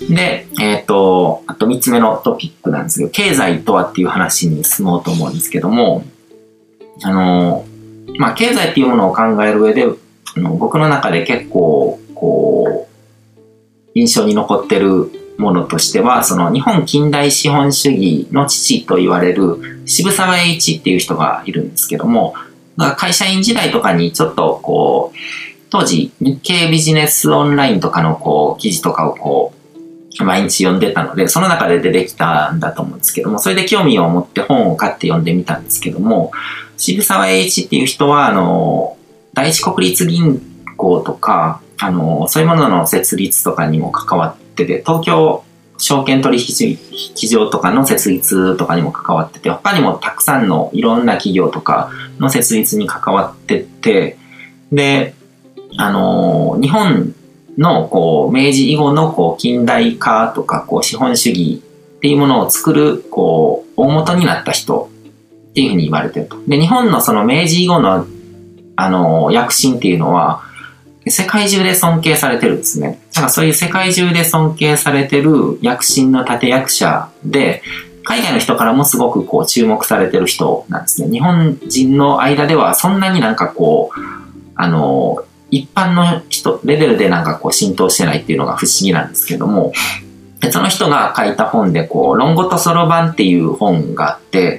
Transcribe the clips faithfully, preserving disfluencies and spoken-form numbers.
で、えっと、あとみっつめのトピックなんですけど、経済とはっていう話に進もうと思うんですけども、あの、まあ、経済っていうものを考える上で、あの僕の中で結構、こう、印象に残ってるものとしては、その日本近代資本主義の父と言われる渋沢栄一っていう人がいるんですけども、会社員時代とかにちょっとこう、当時日経ビジネスオンラインとかのこう、記事とかをこう、毎日読んでたので、その中で出てきたんだと思うんですけども、それで興味を持って本を買って読んでみたんですけども、渋沢栄一っていう人は、あの、第一国立銀行とか、あの、そういうものの設立とかにも関わってて、東京証券取引所とかの設立とかにも関わってて、他にもたくさんのいろんな企業とかの設立に関わってて、で、あの、日本のこう明治以後のこう近代化とかこう資本主義っていうものを作るこう大元になった人っていうふうに言われてると。で、日本のその明治以後のあの躍進っていうのは世界中で尊敬されてるんですね。だからそういう世界中で尊敬されてる躍進の立役者で、海外の人からもすごくこう注目されてる人なんですね。日本人の間ではそんなになんかこうあの一般の人レベルでなんかこう浸透してないっていうのが不思議なんですけども、その人が書いた本でこう論語とそろばんっていう本があって、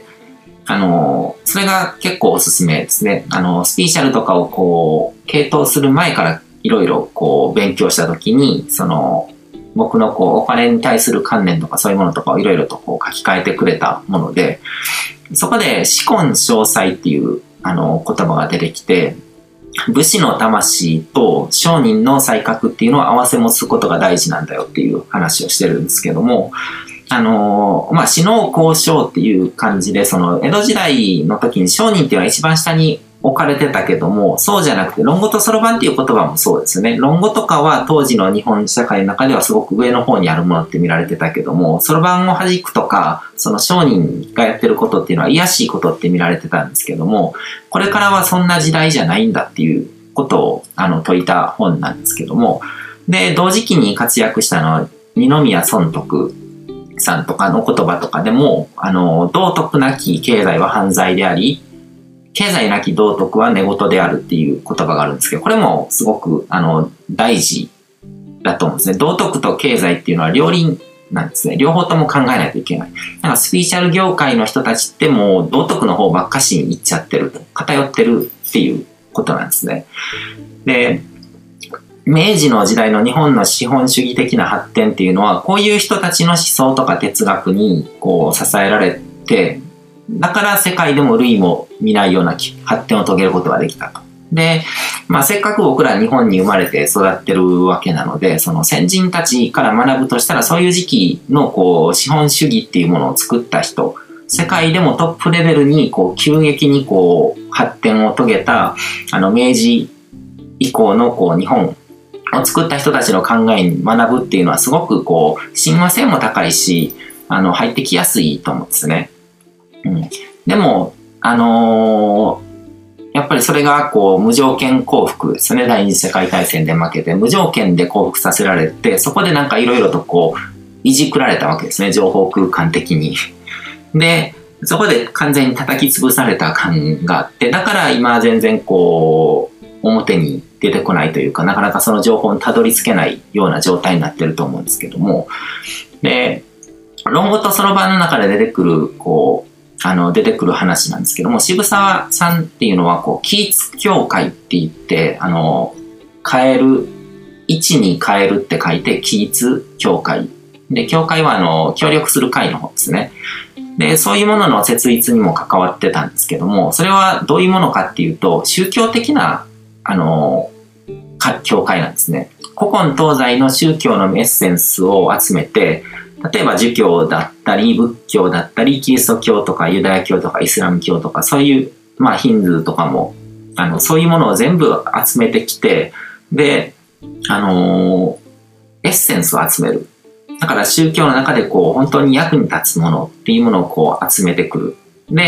あのそれが結構おすすめですね。あのスピーチャルとかをこう系統する前からいろいろこう勉強したときに、その僕のこうお金に対する観念とかそういうものとかをいろいろとこう書き換えてくれたもので、そこで紫根詳細っていうあの言葉が出てきて、武士の魂と商人の才覚っていうのを合わせ持つことが大事なんだよっていう話をしてるんですけども、あのー、まあ、士農工商っていう感じで、その江戸時代の時に商人っていうのは一番下に置かれてたけども、そうじゃなくて論語とそろばんっていう言葉もそうですね。論語とかは当時の日本社会の中ではすごく上の方にあるものって見られてたけども、そろばんを弾くとか、その商人がやってることっていうのは卑しいことって見られてたんですけども、これからはそんな時代じゃないんだっていうことをあの説いた本なんですけども、で、同時期に活躍したのは二宮尊徳さんとかの言葉とかでも、あの、道徳なき経済は犯罪であり、経済なき道徳は寝言であるっていう言葉があるんですけど、これもすごく、あの、大事だと思うんですね。道徳と経済っていうのは両輪なんですね。両方とも考えないといけない。なんかスピーチャル業界の人たちってもう道徳の方ばっかしに行っちゃってると、偏ってるっていうことなんですね。で、明治の時代の日本の資本主義的な発展っていうのは、こういう人たちの思想とか哲学にこう支えられて、だから世界でも類も見ないような発展を遂げることができたと。で、まあせっかく僕ら日本に生まれて育ってるわけなので、その先人たちから学ぶとしたら、そういう時期のこう資本主義っていうものを作った人、世界でもトップレベルにこう急激にこう発展を遂げた、あの明治以降のこう日本を作った人たちの考えに学ぶっていうのはすごくこう親和性も高いし、あの入ってきやすいと思うんですね。うん、でもあのー、やっぱりそれがこう無条件降伏ですね。第二次世界大戦で負けて無条件で降伏させられて、そこでなんかいろいろとこういじくられたわけですね。情報空間的に。で、そこで完全に叩き潰された感があって、だから今全然こう表に出てこないというか、なかなかその情報にたどり着けないような状態になってると思うんですけども、で、論語とそろばんの中で出てくるこうあの出てくる話なんですけども、渋沢さんっていうのはこう起立協会って言って、あの変える位置に変えるって書いて起立協会で、協会はあの協力する会の方ですね。で、そういうものの設立にも関わってたんですけども、それはどういうものかっていうと、宗教的なあの教会なんですね。古今東西の宗教のエッセンスを集めて、例えば儒教だったり仏教だったりキリスト教とかユダヤ教とかイスラム教とか、そういうまあヒンズーとかもあのそういうものを全部集めてきて、であのエッセンスを集める。だから宗教の中でこう本当に役に立つものっていうものをこう集めてくる。で、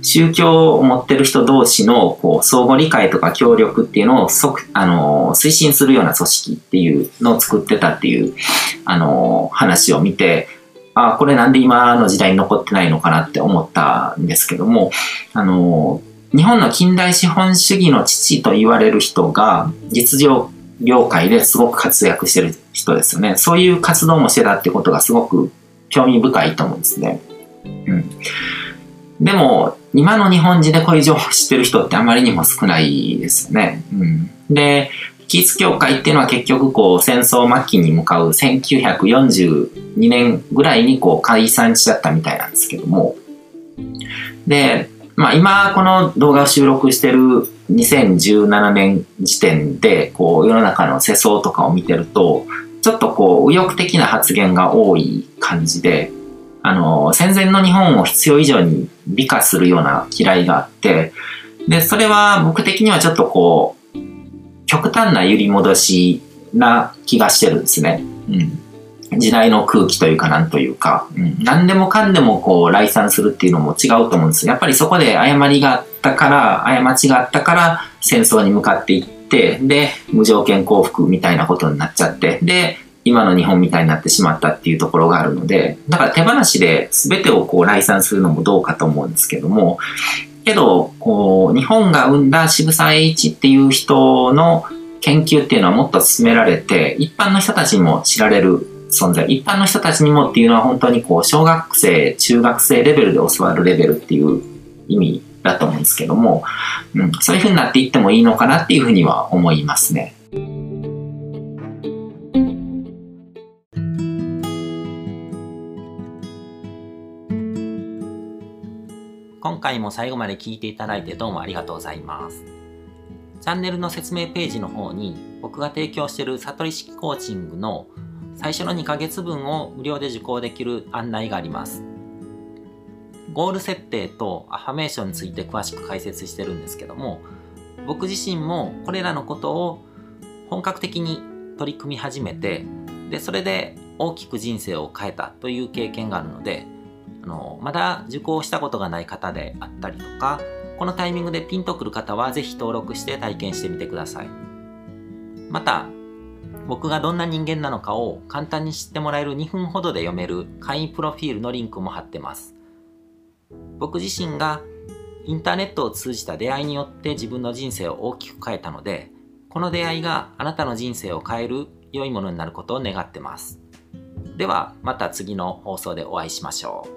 宗教を持ってる人同士のこう相互理解とか協力っていうのをそあの推進するような組織っていうのを作ってたっていうあの話を見て、あ、これなんで今の時代に残ってないのかなって思ったんですけども、あの日本の近代資本主義の父と言われる人が実情業界ですごく活躍してる人ですよね。そういう活動もしてたってことがすごく興味深いと思うんですね。うん。でも、今の日本人でこういう情報を知ってる人ってあまりにも少ないですよね。うん。で、キリスト教会っていうのは結局こう戦争末期に向かうせんきゅうひゃくよんじゅうにねんぐらいにこう解散しちゃったみたいなんですけども。で、まあ今この動画を収録してるにせんじゅうななねん時点でこう世の中の世相とかを見てると、ちょっとこう右翼的な発言が多い感じで、あの、戦前の日本を必要以上に美化するような嫌いがあって、で、それは僕的にはちょっとこう、極端な揺り戻しな気がしてるんですね。うん。時代の空気というかなんというか、うん、何でもかんでもこう、来賛するっていうのも違うと思うんですよ。やっぱりそこで誤りがあったから、過ちがあったから戦争に向かっていって、で、無条件降伏みたいなことになっちゃって、で、今の日本みたいになってしまったっていうところがあるので、だから手放しで全てをこう来賛するのもどうかと思うんですけども、けど、こう、日本が生んだ渋沢栄一っていう人の研究っていうのはもっと進められて、一般の人たちにも知られる存在、一般の人たちにもっていうのは本当にこう、小学生、中学生レベルで教わるレベルっていう意味だと思うんですけども、うん、そういう風になっていってもいいのかなっていうふうには思いますね。今回も最後まで聞いていただいてどうもありがとうございます。チャンネルの説明ページの方に僕が提供している悟り式コーチングの最初のにかげつぶんを無料で受講できる案内があります。ゴール設定とアファメーションについて詳しく解説してるんですけども、僕自身もこれらのことを本格的に取り組み始めて、でそれで大きく人生を変えたという経験があるので、あのまだ受講したことがない方であったりとか、このタイミングでピンとくる方はぜひ登録して体験してみてください。また、僕がどんな人間なのかを簡単に知ってもらえるにふんほどで読める会員プロフィールのリンクも貼ってます。僕自身がインターネットを通じた出会いによって自分の人生を大きく変えたので、この出会いがあなたの人生を変える良いものになることを願ってます。ではまた次の放送でお会いしましょう。